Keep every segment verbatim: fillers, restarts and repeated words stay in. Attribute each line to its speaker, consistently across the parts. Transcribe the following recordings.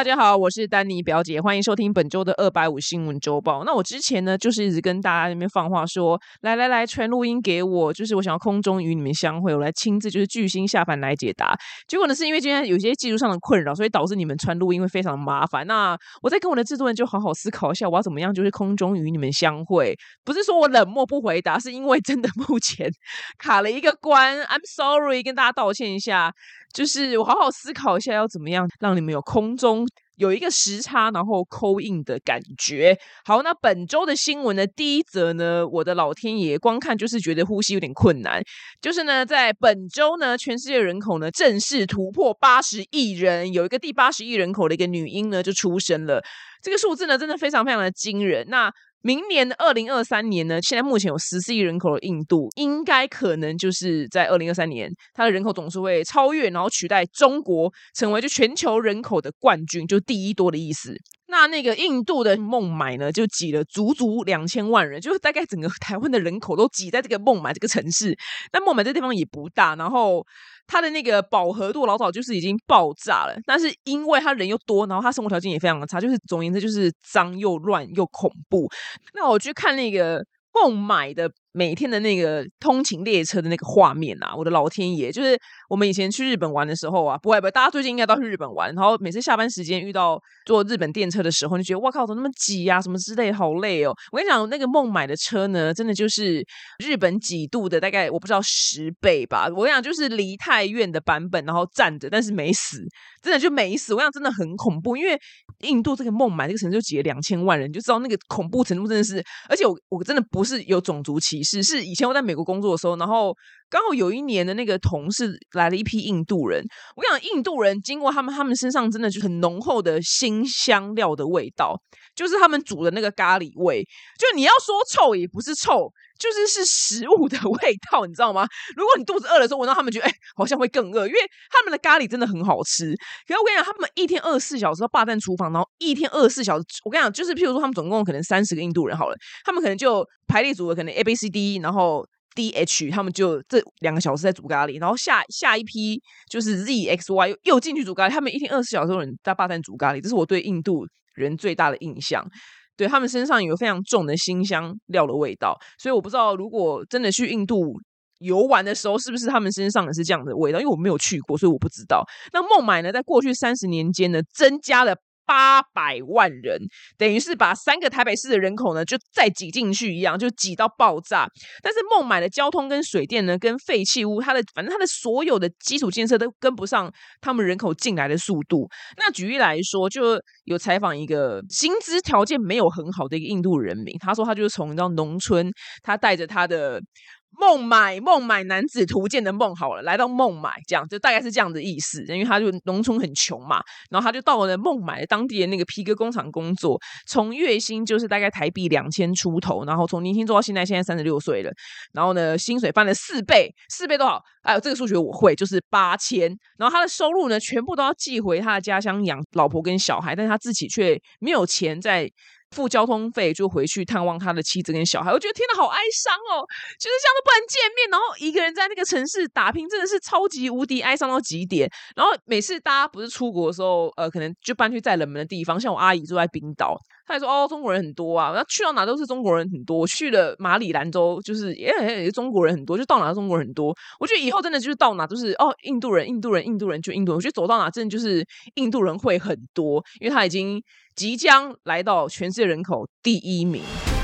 Speaker 1: 家好，我是丹妮表姐，欢迎收听本周的二百五新闻周报。那我之前呢，就是一直跟大家那边放话说，来来来，传录音给我，就是我想要空中与你们相会，我来亲自就是巨星下凡来解答。结果呢，是因为今天有些技术上的困扰，所以导致你们传录音会非常麻烦。那我在跟我的制作人就好好思考一下，我要怎么样就是空中与你们相会。不是说我冷漠不回答，是因为真的目前卡了一个关 ，I'm sorry， 跟大家道歉一下。就是我好好思考一下，要怎么样让你们有空中有一个时差，然后 call in 的感觉。好，那本周的新闻呢，第一则呢，我的老天爷，光看就是觉得呼吸有点困难。就是呢，在本周呢，全世界人口呢正式突破八十亿人，有一个第八十亿人口的一个女婴呢就出生了。这个数字呢，真的非常非常的惊人。那明年的二零二三年呢，现在目前有十四亿人口的印度，应该可能就是在二零二三年，它的人口总数会超越，然后取代中国，成为就全球人口的冠军，就第一多的意思。那那个印度的孟买呢，就挤了足足两千万人，就是大概整个台湾的人口都挤在这个孟买这个城市。但孟买这地方也不大，然后它的那个饱和度老早就是已经爆炸了，但是因为它人又多，然后它生活条件也非常的差，就是总而言之就是脏又乱又恐怖。那我去看那个孟买的每天的那个通勤列车的那个画面啊，我的老天爷！就是我们以前去日本玩的时候啊，不会不会，大家最近应该都去日本玩，然后每次下班时间遇到坐日本电车的时候，你就觉得哇靠，怎么那么挤啊，什么之类的，好累哦。我跟你讲，那个孟买的车呢，真的就是日本几度的大概我不知道十倍吧。我跟你讲，就是梨泰院的版本，然后站着，但是没死，真的就没死。我跟你讲，真的很恐怖，因为印度这个孟买这个城市就挤了两千万人，就知道那个恐怖程度真的是，而且我我真的不是有种族歧视。是以前我在美国工作的时候，然后刚好有一年的那个同事来了一批印度人。我跟你讲，印度人经过他们，他们身上真的就很浓厚的辛香料的味道，就是他们煮的那个咖喱味。就你要说臭也不是臭，就是是食物的味道，你知道吗？如果你肚子饿的时候闻到他们，觉得哎、欸，好像会更饿，因为他们的咖喱真的很好吃。可是我跟你讲，他们一天二十四小时要霸占厨房，然后一天二十四小时，我跟你讲，就是譬如说他们总共可能三十个印度人好了，他们可能就排列组合，可能 A B C D， 然后 D H， 他们就这两个小时在煮咖喱，然后下下一批就是 Z X Y 又又进去煮咖喱，他们一天二十四小时有人在霸占煮咖喱，这是我对印度人最大的印象。对，他们身上有非常重的辛香料的味道，所以我不知道如果真的去印度游玩的时候，是不是他们身上也是这样的味道？因为我没有去过，所以我不知道。那孟买呢，在过去三十年间呢，增加了八百万人，等于是把三个台北市的人口呢，就再挤进去一样，就挤到爆炸。但是孟买的交通跟水电呢，跟废弃物，它的反正它的所有的基础建设都跟不上他们人口进来的速度。那举例来说，就有采访一个薪资条件没有很好的一个印度人民，他说他就是从你知道农村，他带着他的孟买孟买男子图鉴的梦好了，来到孟买，这样就大概是这样的意思。因为他就农村很穷嘛，然后他就到了孟买当地的那个皮革工厂工作，从月薪就是大概台币两千出头，然后从年轻做到现在，现在三十六岁了，然后呢薪水翻了四倍，四倍多少？哎呦，这个数学我会，就是八千。然后他的收入呢，全部都要寄回他的家乡养老婆跟小孩，但是他自己却没有钱在付交通费，就回去探望他的妻子跟小孩。我觉得天哪，好哀伤哦！就是这样都不能见面，然后一个人在那个城市打拼，真的是超级无敌哀伤到极点。然后每次大家不是出国的时候，呃，可能就搬去再冷门的地方，像我阿姨住在冰岛，她也说哦，中国人很多啊，然后去到哪都是中国人很多。我去了马里兰州，就是也也中国人很多，就到哪中国人很多。我觉得以后真的就是到哪都是哦，印度人，印度人，印度人就印度人。我觉得走到哪真的就是印度人会很多，因为他已经即将来到全世界人口第一名。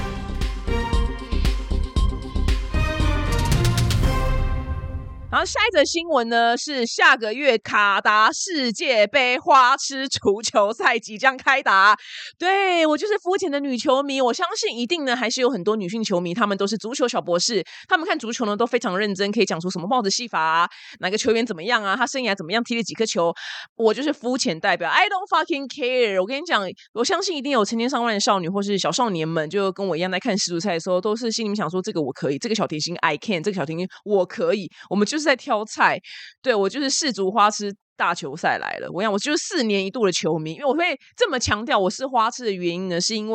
Speaker 1: 然后下一则新闻呢，是下个月卡达世界杯花痴足球赛即将开打。对，我就是肤浅的女球迷，我相信一定呢还是有很多女性球迷，她们都是足球小博士，她们看足球呢都非常认真，可以讲出什么帽子戏法啊，哪个球员怎么样啊，他生涯怎么样，踢了几颗球。我就是肤浅代表 I don't fucking care。 我跟你讲，我相信一定有成千上万的少女或是小少年们，就跟我一样在看世足赛的时候，都是心里面想说这个我可以，这个小甜心 I can， 这个小甜心我可以。我们就是在挑菜，对，我就是世足花痴大球赛来了。我想我就是四年一度的球迷，因为我会这么强调我是花痴的原因呢，是因为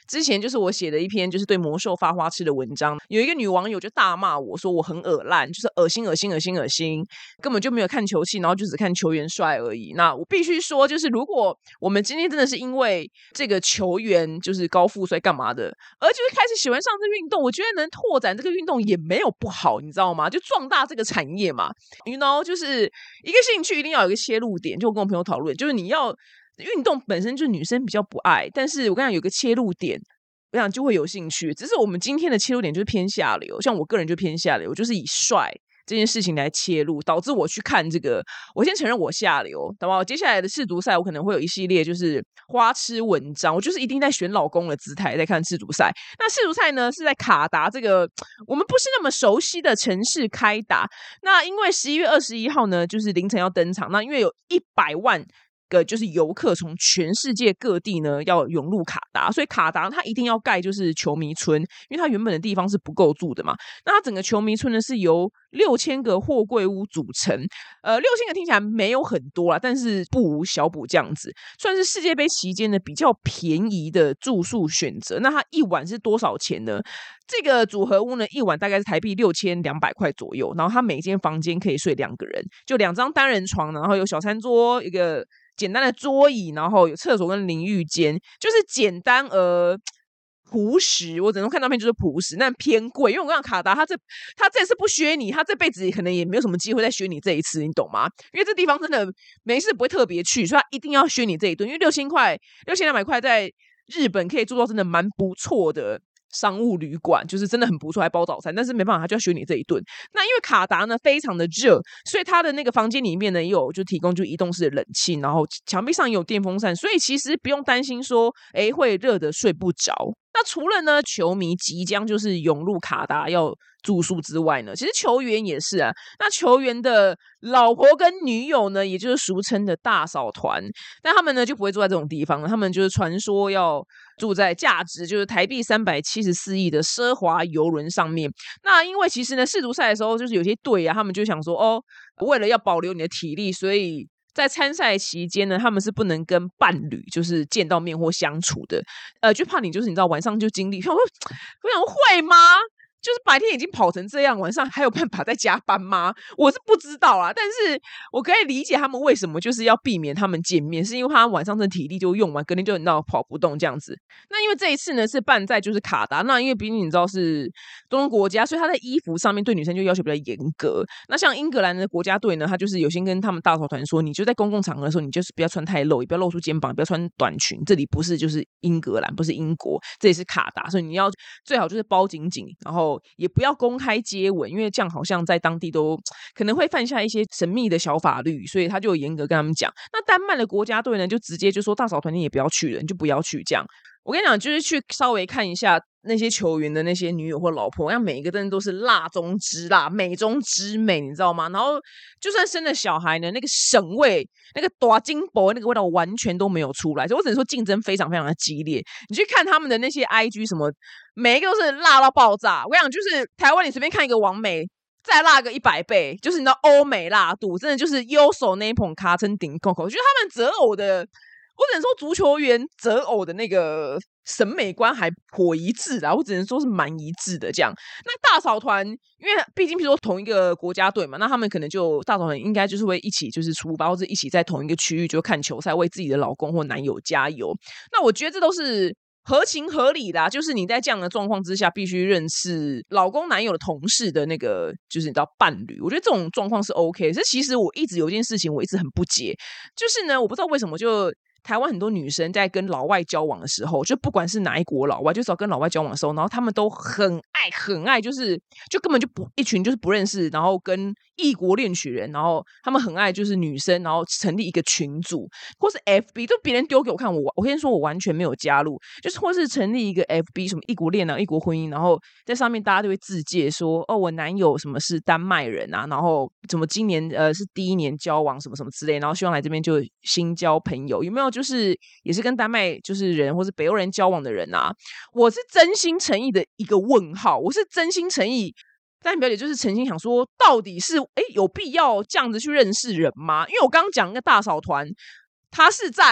Speaker 1: 之前就是我写的一篇就是对魔兽发花痴的文章，有一个女网友就大骂我说我很恶烂，就是恶心恶心恶心恶心，根本就没有看球戏，然后就只看球员帅而已。那我必须说，就是如果我们今天真的是因为这个球员就是高富帅干嘛的，而就是开始喜欢上这个运动，我觉得能拓展这个运动也没有不好，你知道吗？就壮大这个产业嘛。You know， 就是一个兴趣一定要有一个切入点，就我跟我朋友讨论，就是你要运动本身就是女生比较不爱，但是我跟你讲有个切入点，我想就会有兴趣。只是我们今天的切入点就是偏下流，像我个人就偏下流，就是以帅这件事情来切入，导致我去看这个。我先承认我下流，好不好？接下来的世足赛我可能会有一系列就是花痴文章，我就是一定在选老公的姿态在看世足赛。那世足赛呢是在卡达这个我们不是那么熟悉的城市开打。那因为十一月二十一号呢就是凌晨要登场，那因为有一百万个就是游客从全世界各地呢要涌入卡达，所以卡达它一定要盖就是球迷村，因为它原本的地方是不够住的嘛。那它整个球迷村呢是由六千个货柜屋组成，呃，六千个听起来没有很多啦，但是不无小补这样子，算是世界杯期间呢比较便宜的住宿选择。那它一晚是多少钱呢？这个组合屋呢，一晚大概是台币六千两百块左右，然后它每间房间可以睡两个人，就两张单人床，然后有小餐桌，一个简单的桌椅，然后有厕所跟淋浴间，就是简单而朴实。我只能看照片就是朴实，但偏贵。因为我跟你讲，卡达他这他这次不削你，他这辈子可能也没有什么机会再削你这一次，你懂吗？因为这地方真的没事不会特别去，所以他一定要削你这一顿。因为六千块、六千两百块在日本可以住到真的蛮不错的商务旅馆，就是真的很不错，还包早餐，但是没办法，他就要学你这一顿。那因为卡达呢非常的热，所以他的那个房间里面呢也有就提供就移动式的冷气，然后墙壁上也有电风扇，所以其实不用担心说诶会热的睡不着。那除了呢球迷即将就是涌入卡达要住宿之外呢，其实球员也是啊。那球员的老婆跟女友呢，也就是俗称的大嫂团，但他们呢就不会住在这种地方了，他们就是传说要住在价值就是台币三百七十四亿的奢华游轮上面。那因为其实呢世足赛的时候就是有些队啊，他们就想说哦，为了要保留你的体力，所以在参赛期间呢，他们是不能跟伴侣就是见到面或相处的，呃，就怕你就是你知道晚上就经历，我想我想会吗？就是白天已经跑成这样，晚上还有办法再加班吗？我是不知道啦，但是我可以理解他们为什么就是要避免他们见面，是因为他晚上的体力就用完，隔天就你知道跑不动这样子。那因为这一次呢是办在就是卡达，那因为毕竟你知道是中东国家，所以他在衣服上面对女生就要求比较严格。那像英格兰的国家队呢，他就是有先跟他们大头团说，你就在公共场合的时候，你就是不要穿太露，也不要露出肩膀，不要穿短裙。这里不是就是英格兰，不是英国，这里是卡达，所以你要最好就是包紧紧，然后也不要公开接吻，因为这样好像在当地都可能会犯下一些神秘的小法律，所以他就有严格跟他们讲。那丹麦的国家队呢，就直接就说大嫂团你也不要去了，你就不要去这样。我跟你讲，就是去稍微看一下那些球员的那些女友或老婆，像每一个真的都是辣中之辣，美中之美，你知道吗？然后就算生了小孩呢，那个省味、那个大金箔那个味道完全都没有出来，所以我只能说竞争非常非常的激烈。你去看他们的那些 I G 什么，每一个都是辣到爆炸。我跟你讲，就是台湾你随便看一个网美，再辣个一百倍，就是你知道欧美辣度，真的就是优手那一捧卡称顶扣扣。我觉得他们择偶的。我只能说足球员择偶的那个审美观还颇一致啦，我只能说是蛮一致的这样。那大嫂团，因为毕竟比如说同一个国家队嘛，那他们可能就大嫂团应该就是会一起就是出发，或者一起在同一个区域就看球赛，为自己的老公或男友加油。那我觉得这都是合情合理啦，就是你在这样的状况之下，必须认识老公男友的同事的那个，就是你知道伴侣。我觉得这种状况是 OK。可是其实我一直有一件事情，我一直很不解，就是呢，我不知道为什么就。台湾很多女生在跟老外交往的时候，就不管是哪一国老外，就只要跟老外交往的时候，然后他们都很爱很爱，就是就根本就不一群就是不认识，然后跟异国恋曲人，然后他们很爱就是女生，然后成立一个群组，或是 F B， 就别人丢给我看，我我先说我完全没有加入，就是或是成立一个 F B 什么异国恋啊、异国婚姻，然后在上面大家都会自介说，哦，我男友什么是丹麦人啊，然后怎么今年呃是第一年交往什么什么之类，然后希望来这边就新交朋友，有没有？就是也是跟丹麦就是人或是北欧人交往的人啊，我是真心诚意的一个问号，我是真心诚意。但表姐就是诚心想说，到底是哎有必要这样子去认识人吗？因为我刚刚讲那个大嫂团，他是在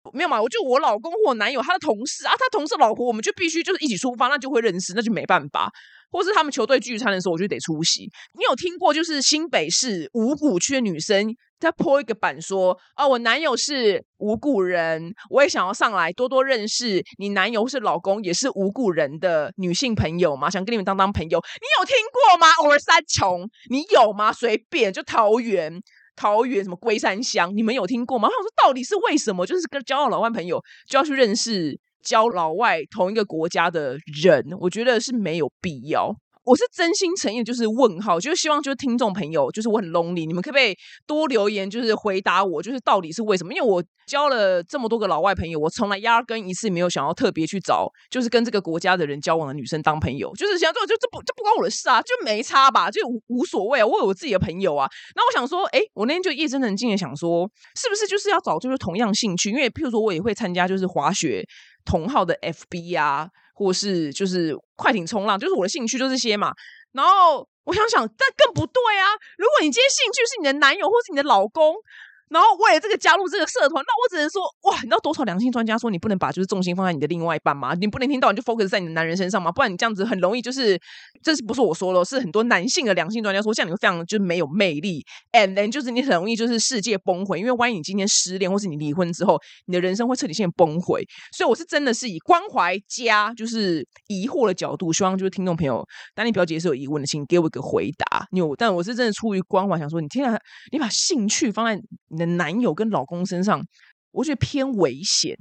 Speaker 1: 没有嘛，我就我老公或我男友他的同事啊，他同事老婆，我们就必须就是一起出发，那就会认识，那就没办法。或是他们球队聚餐的时候，我就得出席。你有听过就是新北市五股区的女生她 po 一个版说啊，我男友是五股人，我也想要上来多多认识你男友或是老公也是五股人的女性朋友吗？想跟你们当当朋友。你有听过吗？偶尔三重你有吗？随便就桃园桃园什么龟山乡，你们有听过吗？我想说到底是为什么就是跟交到老外朋友就要去认识交老外同一个国家的人，我觉得是没有必要。我是真心诚意就是问号，就是希望就是听众朋友，就是我很 lonely， 你们可不可以多留言，就是回答我，就是到底是为什么？因为我交了这么多个老外朋友，我从来压根一次没有想要特别去找，就是跟这个国家的人交往的女生当朋友，就是想说就这不这不关我的事啊，就没差吧，就无无所谓啊，我有我自己的朋友啊。那我想说，哎，我那天就夜深人静的想说，是不是就是要找就是同样兴趣？因为譬如说我也会参加就是滑雪同号的 F B 啊。或是就是快艇冲浪，就是我的兴趣就这些嘛。然后我想想，但更不对啊！如果你今天兴趣是你的男友或是你的老公，然后为了这个加入这个社团，那我只能说，哇，你知道多少两性专家说你不能把就是重心放在你的另外一半吗？你不能听到你就 focus 在你的男人身上吗？不然你这样子很容易就是，这是不是我说了，是很多男性的两性专家说，这样你会非常就是没有魅力 ，and then 就是你很容易就是世界崩溃，因为万一你今天失恋或是你离婚之后，你的人生会彻底性崩溃。所以我是真的是以关怀加就是疑惑的角度，希望就是听众朋友，当你表姐是有疑问的，请给我一个回答。你有，但我是真的出于关怀，想说你天啊，你把兴趣放在你的男友跟老公身上，我觉得偏危险。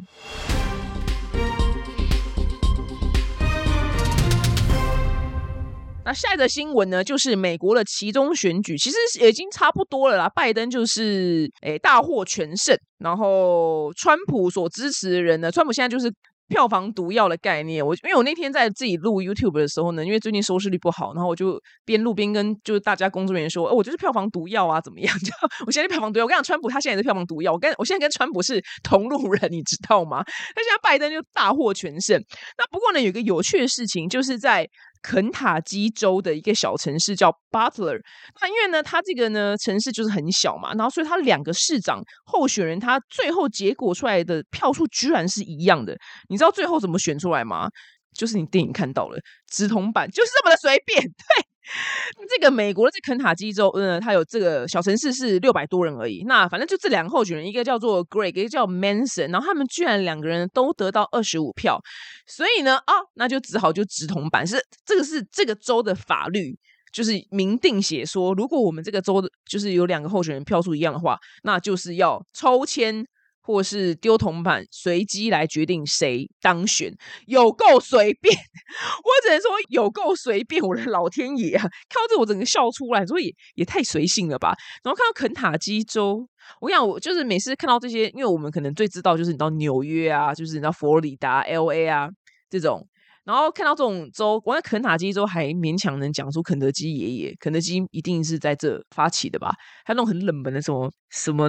Speaker 1: 那下一则新闻呢，就是美国的期中选举，其实已经差不多了啦。拜登就是诶大获全胜，然后川普所支持的人呢，川普现在就是票房毒药的概念。我因为我那天在自己录 YouTube 的时候呢，因为最近收视率不好，然后我就边录边跟就是大家工作人员说，哦，我就是票房毒药啊，怎么样？就我现在票房毒药。我跟你讲，川普他现在也是票房毒药。我跟我现在跟川普是同路人，你知道吗？但现在拜登就大获全胜。那不过呢，有一个有趣的事情，就是在肯塔基州的一个小城市叫 Butler。 那因为呢它这个呢城市就是很小嘛，然后所以它两个市长候选人他最后结果出来的票数居然是一样的。你知道最后怎么选出来吗？就是你电影看到了直通版，就是这么的随便。对，这个美国的这肯塔基州呢，它有这个小城市是六百多人而已。那反正就这两个候选人，一个叫做 Greg， 一个叫 Manson， 然后他们居然两个人都得到二十五票，所以呢，啊，那就只好就直通版，是这个是这个州的法律。就是明定写说，如果我们这个州的就是有两个候选人票数一样的话，那就是要抽签或是丢铜板，随机来决定谁当选，有够随便。我只能说有够随便，我的老天爷啊！看到这我整个笑出来，所以 也, 也太随性了吧。然后看到肯塔基州，我跟你讲，我就是每次看到这些，因为我们可能最知道就是你到纽约啊，就是你到佛罗里达 L A 啊这种。然后看到这种州，我在肯塔基州还勉强能讲出肯德基爷爷，肯德基一定是在这发起的吧？还有那种很冷门的什么什么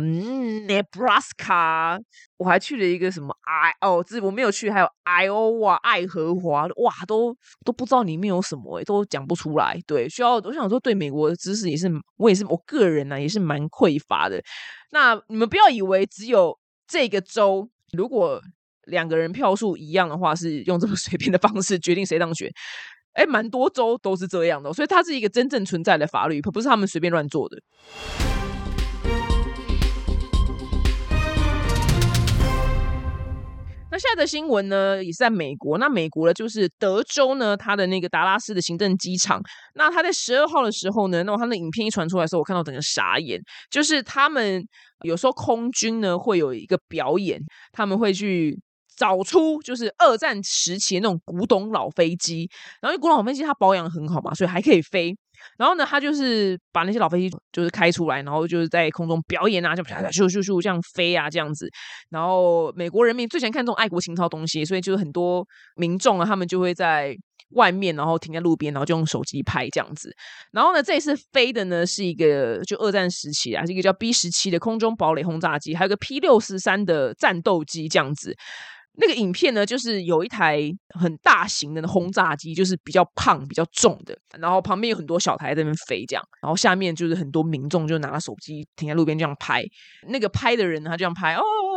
Speaker 1: Nebraska， 我还去了一个什么 I 哦，这我没有去，还有 Iowa 爱荷华，哇，都都不知道里面有什么、欸，都讲不出来。对，需要我想说，对美国的知识也是，我也是我个人呢、啊、也是蛮匮乏的。那你们不要以为只有这个州，如果两个人票数一样的话，是用这么随便的方式决定谁当选。哎，蛮多州都是这样的、哦，所以它是一个真正存在的法律，不是他们随便乱做的。那现在的新闻呢，也是在美国。那美国的就是德州呢，它的那个达拉斯的行政机场。那他在十二号的时候呢，那他的影片一传出来的时候，我看到整个傻眼。就是他们有时候空军呢会有一个表演，他们会去找出就是二战时期的那种古董老飞机，然后因为古董老飞机它保养很好嘛，所以还可以飞。然后呢，他就是把那些老飞机就是开出来，然后就是在空中表演啊，就咻咻咻这样飞啊，这样子。然后美国人民最喜欢看这种爱国情操东西，所以就是很多民众啊，他们就会在外面，然后停在路边，然后就用手机拍这样子。然后呢，这一次飞的呢是一个就二战时期啊，是一个叫 B 十七 的空中堡垒轰炸机，还有个 P 六十三 的战斗机这样子。那个影片呢，就是有一台很大型的轰炸机，就是比较胖比较重的，然后旁边有很多小台在那边飞这样，然后下面就是很多民众就拿手机停在路边这样拍。那个拍的人呢，他这样拍哦，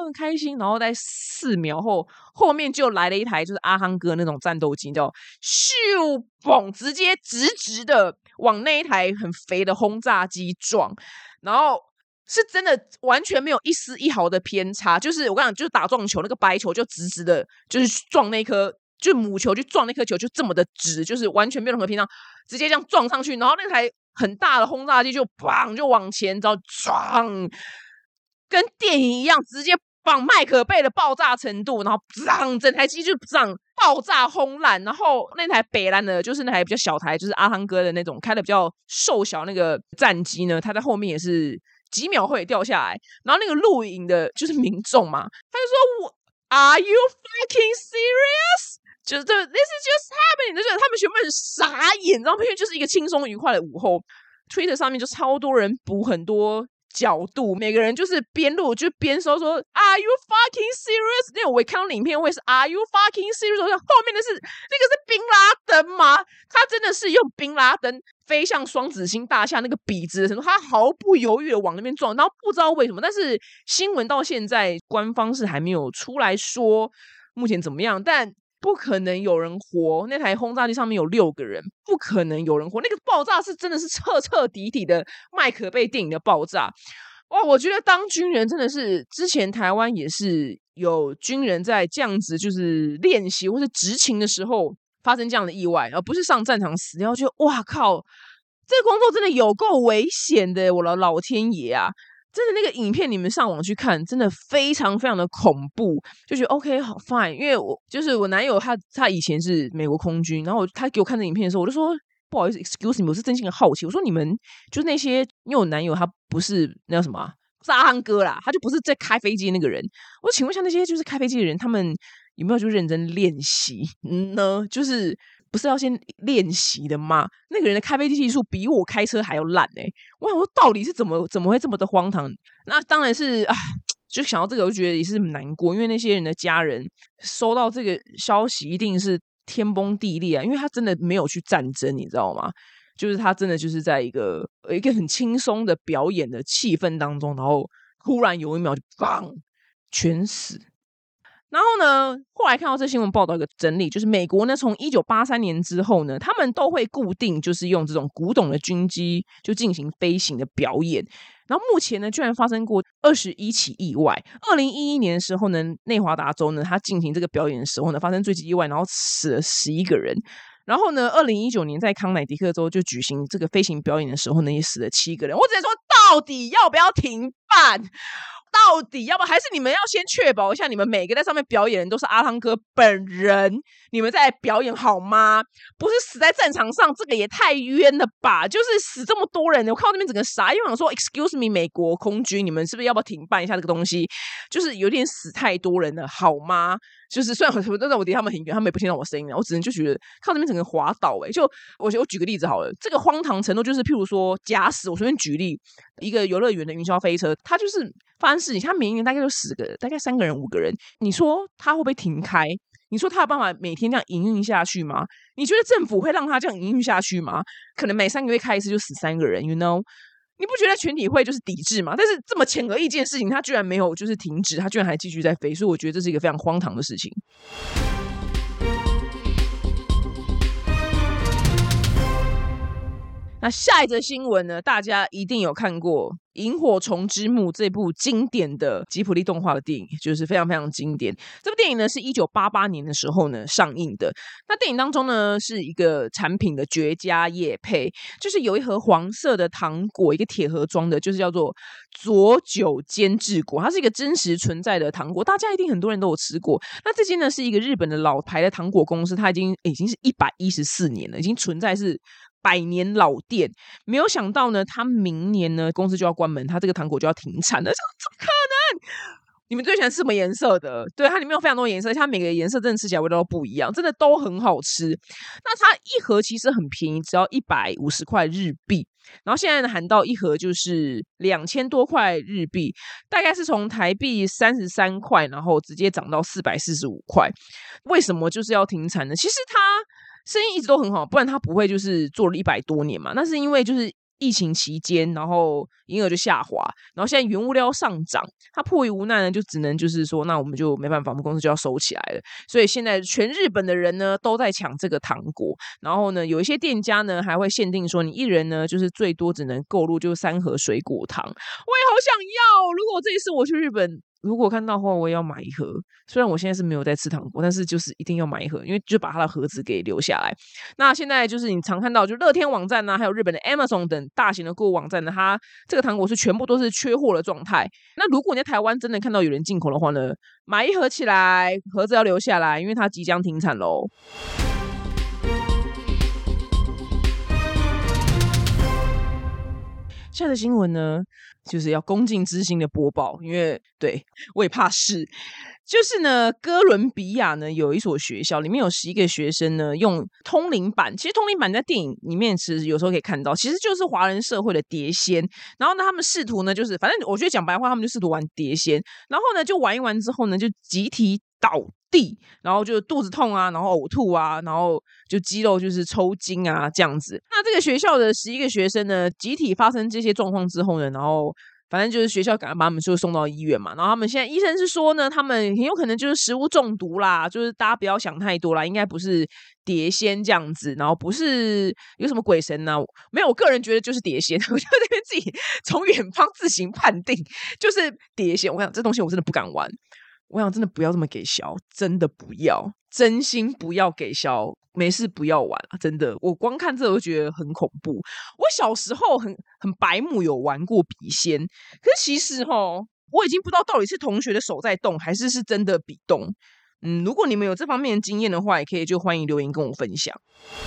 Speaker 1: 很开心，然后在四秒后后面就来了一台就是阿汤哥那种战斗机，叫咻嘣，直接直直的往那一台很肥的轰炸机撞，然后是真的完全没有一丝一毫的偏差，就是我跟你讲，就是打撞球那个白球就直直的，就是撞那颗，就母球去撞那颗球就这么的直，就是完全没有任何偏差，直接这样撞上去，然后那台很大的轰炸机就砰就往前，然后撞，跟电影一样，直接绑麦可贝的爆炸程度，然后砰，整台机就砰爆炸轰烂，然后那台北兰的，就是那台比较小台，就是阿汤哥的那种开的比较瘦小那个战机呢，它在后面也是几秒会掉下来，然后那个录影的就是民众嘛，他就说 Are you fucking serious？ 就是这 This is just happening， 就是他们全部人傻眼，然后因为就是一个轻松愉快的午后 ，Twitter 上面就超多人补很多角度，每个人就是边录就边说说 Are you fucking serious？ 那我看到影片，我也是 Are you fucking serious？ 后面的是那个是宾拉登吗？他真的是用宾拉登飞向双子星大厦那个笔直的程度，他毫不犹豫的往那边撞，然后不知道为什么，但是新闻到现在官方是还没有出来说目前怎么样，但不可能有人活，那台轰炸机上面有六个人，不可能有人活，那个爆炸是真的是彻彻底底的麦可贝电影的爆炸。哇，我觉得当军人真的是，之前台湾也是有军人在这样子就是练习或是执勤的时候发生这样的意外，而不是上战场死掉，就哇靠，这个工作真的有够危险的，我的老天爷啊！真的那个影片你们上网去看，真的非常非常的恐怖，就觉得 OK 好 fine， 因为我就是我男友他他以前是美国空军，然后他给我看这影片的时候，我就说不好意思 excuse me， 我是真心的好奇，我说你们就是那些，因为我男友他不是那叫什么、啊、是阿汤哥啦，他就不是在开飞机的那个人，我请问一下那些就是开飞机的人，他们有没有就认真练习呢？就是不是要先练习的吗？那个人的开飞机技术比我开车还要烂哎、欸！我想说到底是怎么怎么会这么的荒唐？那当然是啊，就想到这个，我就觉得也是很难过，因为那些人的家人收到这个消息一定是天崩地裂啊，因为他真的没有去战争，你知道吗？就是他真的就是在一个一个很轻松的表演的气氛当中，然后忽然有一秒就砰全死。然后呢，后来看到这新闻报道一个整理，就是美国呢从一九八三年之后呢，他们都会固定就是用这种古董的军机就进行飞行的表演。然后目前呢，居然发生过二十一起意外。二零一一年的时候呢，内华达州呢，他进行这个表演的时候呢，发生坠机意外，然后死了十一个人。然后呢，二零一九年在康乃狄克州就举行这个飞行表演的时候呢，也死了七个人。我只能说，到底要不要停办？到底要不还是你们要先确保一下，你们每个在上面表演的人都是阿汤哥本人，你们在表演好吗？不是死在战场上，这个也太冤了吧！就是死这么多人，我看到那边整个傻，因为我想说 ，excuse me， 美国空军，你们是不是要不要停办一下这个东西？就是有点死太多人了，好吗？就是虽然我真的我离他们很远，他们也不听到我声音了，我只能就觉得看到那边整个滑倒、欸，哎，就我我举个例子好了，这个荒唐程度就是譬如说，假使我随便举例，一个游乐园的云霄飞车，它就是发生事情，它每一年大概就十个，大概三个人五个人，你说它会不会停开？你说他有办法每天这样营运下去吗？你觉得政府会让他这样营运下去吗？可能每三个月开一次就死三个人 ，you know？ 你不觉得全体会就是抵制吗？但是这么浅而易见的事情，他居然没有就是停止，他居然还继续在飞，所以我觉得这是一个非常荒唐的事情。那下一则新闻呢，大家一定有看过《萤火虫之墓》这部经典的吉卜力动画的电影，就是非常非常经典。这部电影呢是一九八八年的时候呢上映的。那电影当中呢是一个产品的绝佳业配，就是有一盒黄色的糖果，一个铁盒装的，就是叫做佐久间治果，它是一个真实存在的糖果，大家一定很多人都有吃过。那这间呢是一个日本的老牌的糖果公司，它已经已经是一百一十四年了，已经存在是百年老店。没有想到呢，他明年呢公司就要关门，他这个糖果就要停产了，怎么可能？你们最喜欢吃什么颜色的？对，它里面有非常多颜色，它每个颜色真的吃起来味道都不一样，真的都很好吃。那它一盒其实很便宜，只要一百五十块日币。然后现在呢，喊到一盒就是两千多块日币，大概是从台币三十三块，然后直接涨到四百四十五块。为什么就是要停产呢？其实它生意一直都很好，不然它不会就是做了一百多年嘛。那是因为就是疫情期间，然后营业额就下滑，然后现在原物料上涨，他迫于无奈呢，就只能就是说，那我们就没办法，我们公司就要收起来了。所以现在全日本的人呢都在抢这个糖果，然后呢，有一些店家呢还会限定说，你一人呢就是最多只能购入就三盒水果糖。我也好想要，如果这一次我去日本，如果看到的话，我也要买一盒。虽然我现在是没有在吃糖果，但是就是一定要买一盒，因为就把它的盒子给留下来。那现在就是你常看到，就乐天网站啊，还有日本的 Amazon 等大型的购物网站呢，它这个糖果是全部都是缺货的状态。那如果你在台湾真的看到有人进口的话呢，买一盒起来，盒子要留下来，因为它即将停产喽。下的新闻呢，就是要恭敬之心的播报，因为对我也怕事。就是呢，哥伦比亚呢有一所学校，里面有十一个学生呢用通灵板。其实通灵板在电影里面其实有时候可以看到，其实就是华人社会的碟仙。然后呢，他们试图呢，就是反正我觉得讲白话，他们就试图玩碟仙。然后呢，就玩一玩之后呢，就集体倒地，然后就肚子痛啊，然后呕吐啊，然后就肌肉就是抽筋啊这样子。那这个学校的十一个学生呢，集体发生这些状况之后呢，然后反正就是学校赶快把他们就送到医院嘛。然后他们现在医生是说呢，他们很有可能就是食物中毒啦，就是大家不要想太多啦，应该不是碟仙这样子，然后不是有什么鬼神呢、啊？没有，我个人觉得就是碟仙，我就在这边自己从远方自行判定就是碟仙。我想这东西我真的不敢玩。我想真的不要这么给小，真的不要，真心不要给小，没事不要玩啊！真的，我光看这我就觉得很恐怖。我小时候很很白目，有玩过笔仙，可是其实齁，我已经不知道到底是同学的手在动，还是是真的笔动。嗯，如果你们有这方面的经验的话，也可以就欢迎留言跟我分享。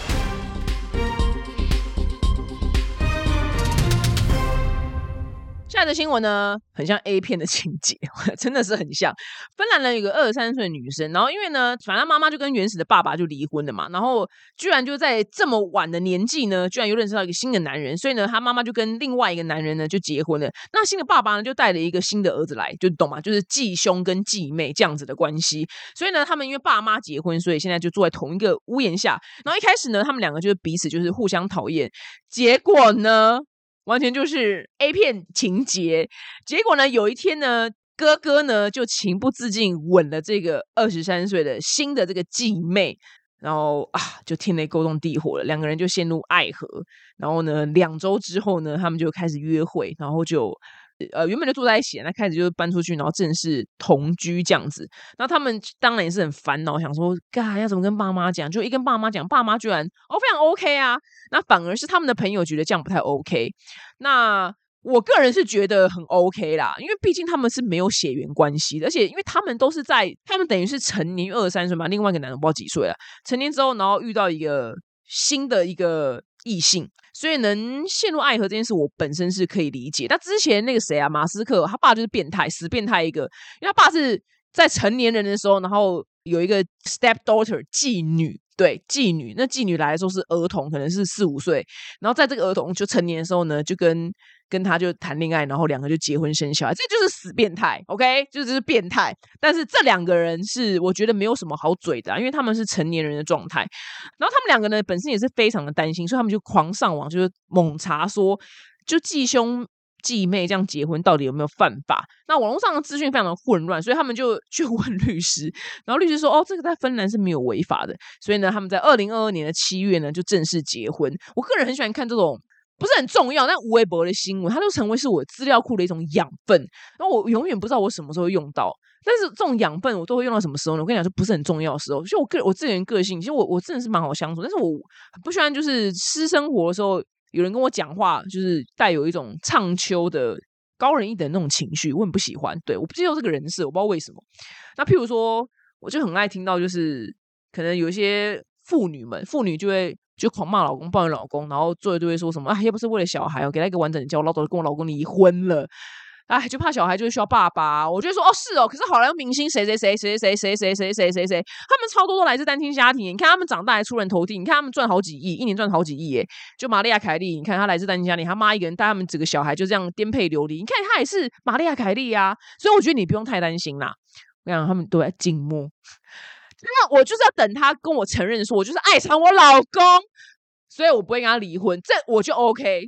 Speaker 1: 下一则新闻呢，很像 A 片的情节，真的是很像。芬兰人有个二十三岁的女生，然后因为呢，反正妈妈就跟原始的爸爸就离婚了嘛，然后居然就在这么晚的年纪呢，居然又认识到一个新的男人，所以呢，她妈妈就跟另外一个男人呢就结婚了。那新的爸爸呢就带了一个新的儿子来，就懂吗？就是继兄跟继妹这样子的关系。所以呢，他们因为爸妈结婚，所以现在就住在同一个屋檐下。然后一开始呢，他们两个就是彼此就是互相讨厌，结果呢？完全就是 A 片情节。结果呢，有一天呢，哥哥呢就情不自禁吻了这个二十三岁的新的这个继妹，然后啊，就天雷勾动地火了，两个人就陷入爱河。然后呢，两周之后呢，他们就开始约会，然后就呃原本就住在一起，那开始就搬出去，然后正式同居这样子。然后他们当然也是很烦恼，想说，嘎要怎么跟爸妈讲？就一跟爸妈讲，爸妈居然哦非常 OK 啊。那反而是他们的朋友觉得这样不太 OK。那我个人是觉得很 OK 啦，因为毕竟他们是没有血缘关系的，而且因为他们都是在他们等于是成年二十三岁嘛，另外一个男的不知道几岁了，成年之后然后遇到一个新的一个异性，所以能陷入爱河这件事我本身是可以理解。但之前那个谁啊，马斯克他爸就是变态，死变态一个，因为他爸是在成年人的时候，然后有一个 stepdaughter 继女，对，继女，那继女来的时候是儿童，可能是四五岁，然后在这个儿童就成年的时候呢，就跟跟他就谈恋爱，然后两个就结婚生小孩，这就是死变态 ，OK， 就是变态。但是这两个人是我觉得没有什么好嘴的、啊，因为他们是成年人的状态。然后他们两个呢本身也是非常的担心，所以他们就狂上网，就是猛查说，就继兄继妹这样结婚到底有没有犯法？那网络上的资讯非常的混乱，所以他们就去问律师，然后律师说：“哦，这个在芬兰是没有违法的。”所以呢，他们在二零二二年的七月呢就正式结婚。我个人很喜欢看这种不是很重要但无微博的新闻，它就成为是我资料库的一种养分。然后我永远不知道我什么时候会用到，但是这种养分我都会用到什么时候呢？我跟你讲，就不是很重要的时候。就我个我这个人个性，其实我我真的是蛮好相处，但是我不喜欢就是私生活的时候。有人跟我讲话，就是带有一种唱秋的高人一等那种情绪，我很不喜欢。对，我不接受这个人设，我不知道为什么。那譬如说，我就很爱听到，就是可能有一些妇女们，妇女就会就狂骂老公、抱怨老公，然后最后就会说什么啊，要不是为了小孩，我给他一个完整的家，我老早就跟我老公离婚了。哎，就怕小孩就是需要爸爸。我就说哦是哦，可是好莱坞明星谁谁谁谁谁谁谁谁谁谁谁，他们超多都来自单亲家庭。你看他们长大还出人头地，你看他们赚好几亿，一年赚好几亿耶。就玛利亚凯莉，你看她来自单亲家庭，她妈一个人带他们几个小孩就这样颠沛流离。你看她也是玛利亚凯莉啊，所以我觉得你不用太担心啦。我想他们都在静默，那我就是要等他跟我承认说，我就是爱上我老公，所以我不会跟他离婚，这我就 OK。但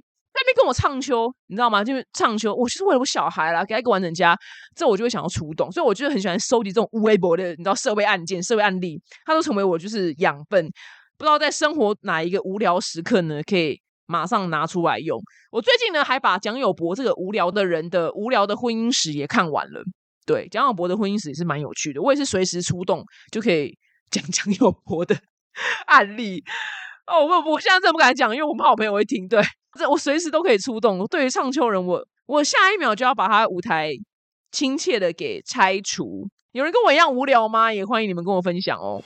Speaker 1: 那边跟我唱秋，你知道吗？就是唱秋，我就是为了我小孩啦，给他一个完整家，这我就会想要出动。所以我就很喜欢收集这种微博的，你知道社会案件、社会案例，它都成为我就是养分。不知道在生活哪一个无聊时刻呢，可以马上拿出来用。我最近呢还把蒋友柏这个无聊的人的无聊的婚姻史也看完了。对，蒋友柏的婚姻史也是蛮有趣的，我也是随时出动就可以讲蒋友柏的案例。哦，我我现在真的不敢讲，因为我怕我朋友会听。对，我随时都可以出动。对于唱秋人，我我下一秒就要把他舞台亲切的给拆除。有人跟我一样无聊吗？也欢迎你们跟我分享哦。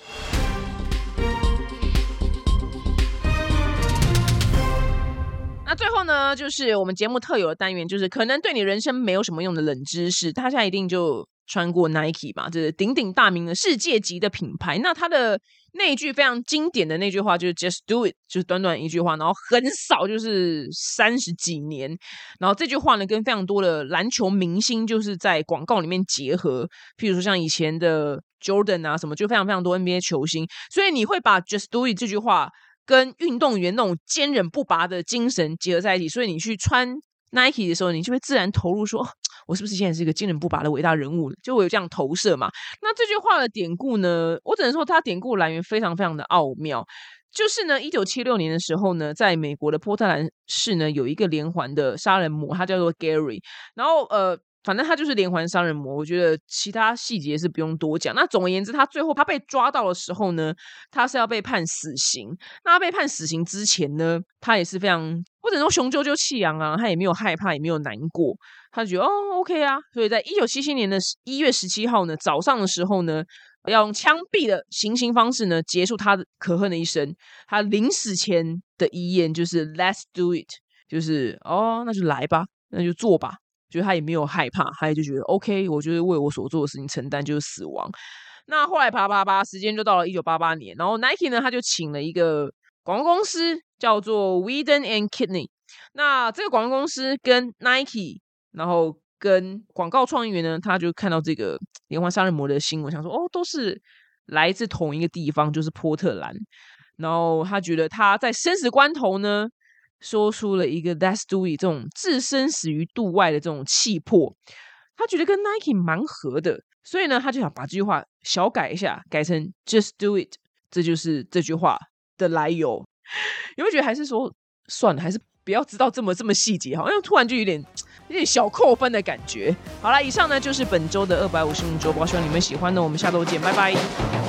Speaker 1: 那最后呢，就是我们节目特有的单元，就是可能对你人生没有什么用的冷知识。大家一定就穿过 Nike 嘛，这是鼎鼎大名的世界级的品牌。那它的那一句非常经典的那句话就是 Just do it， 就是短短一句话，然后横扫就是三十几年。然后这句话呢，跟非常多的篮球明星就是在广告里面结合，譬如说像以前的 Jordan 啊什么，就非常非常多 N B A 球星。所以你会把 Just do it 这句话跟运动员那种坚韧不拔的精神结合在一起，所以你去穿 Nike 的时候，你就会自然投入说，哦，我是不是现在是一个坚韧不拔的伟大人物，就会有这样投射嘛。那这句话的典故呢，我只能说它典故来源非常非常的奥妙。就是呢一九七六年的时候呢，在美国的波特兰市呢有一个连环的杀人魔，他叫做 Gary。 然后呃反正他就是连环杀人魔，我觉得其他细节是不用多讲。那总而言之，他最后他被抓到的时候呢，他是要被判死刑。那他被判死刑之前呢，他也是非常，或者说雄赳赳气扬啊，他也没有害怕，也没有难过，他就觉得哦 OK 啊。所以在一九七七年的一月十七号呢，早上的时候呢，要用枪毙的行刑方式呢，结束他的可恨的一生。他临死前的遗言就是 Let's do it， 就是哦那就来吧，那就做吧。觉得他也没有害怕，他也就觉得 OK， 我就是为我所做的事情承担就是死亡。那后来啪啪啪，时间就到了一九八八年，然后 Nike 呢，他就请了一个广告公司叫做 Wieden and Kidney。那这个广告公司跟 Nike， 然后跟广告创意员呢，他就看到这个连环杀人魔的新闻，想说哦，都是来自同一个地方，就是波特兰。然后他觉得他在生死关头呢，说出了一个 Let's do it 这种置身死于度外的这种气魄，他觉得跟 Nike 蛮合的，所以呢他就想把这句话小改一下，改成 Just do it， 这就是这句话的来由。有没有觉得还是说算了，还是不要知道这么这么细节，好像突然就有点有点小扣分的感觉。好啦，以上呢就是本周的二百五新闻周报，希望你们喜欢呢，我们下周见，拜拜。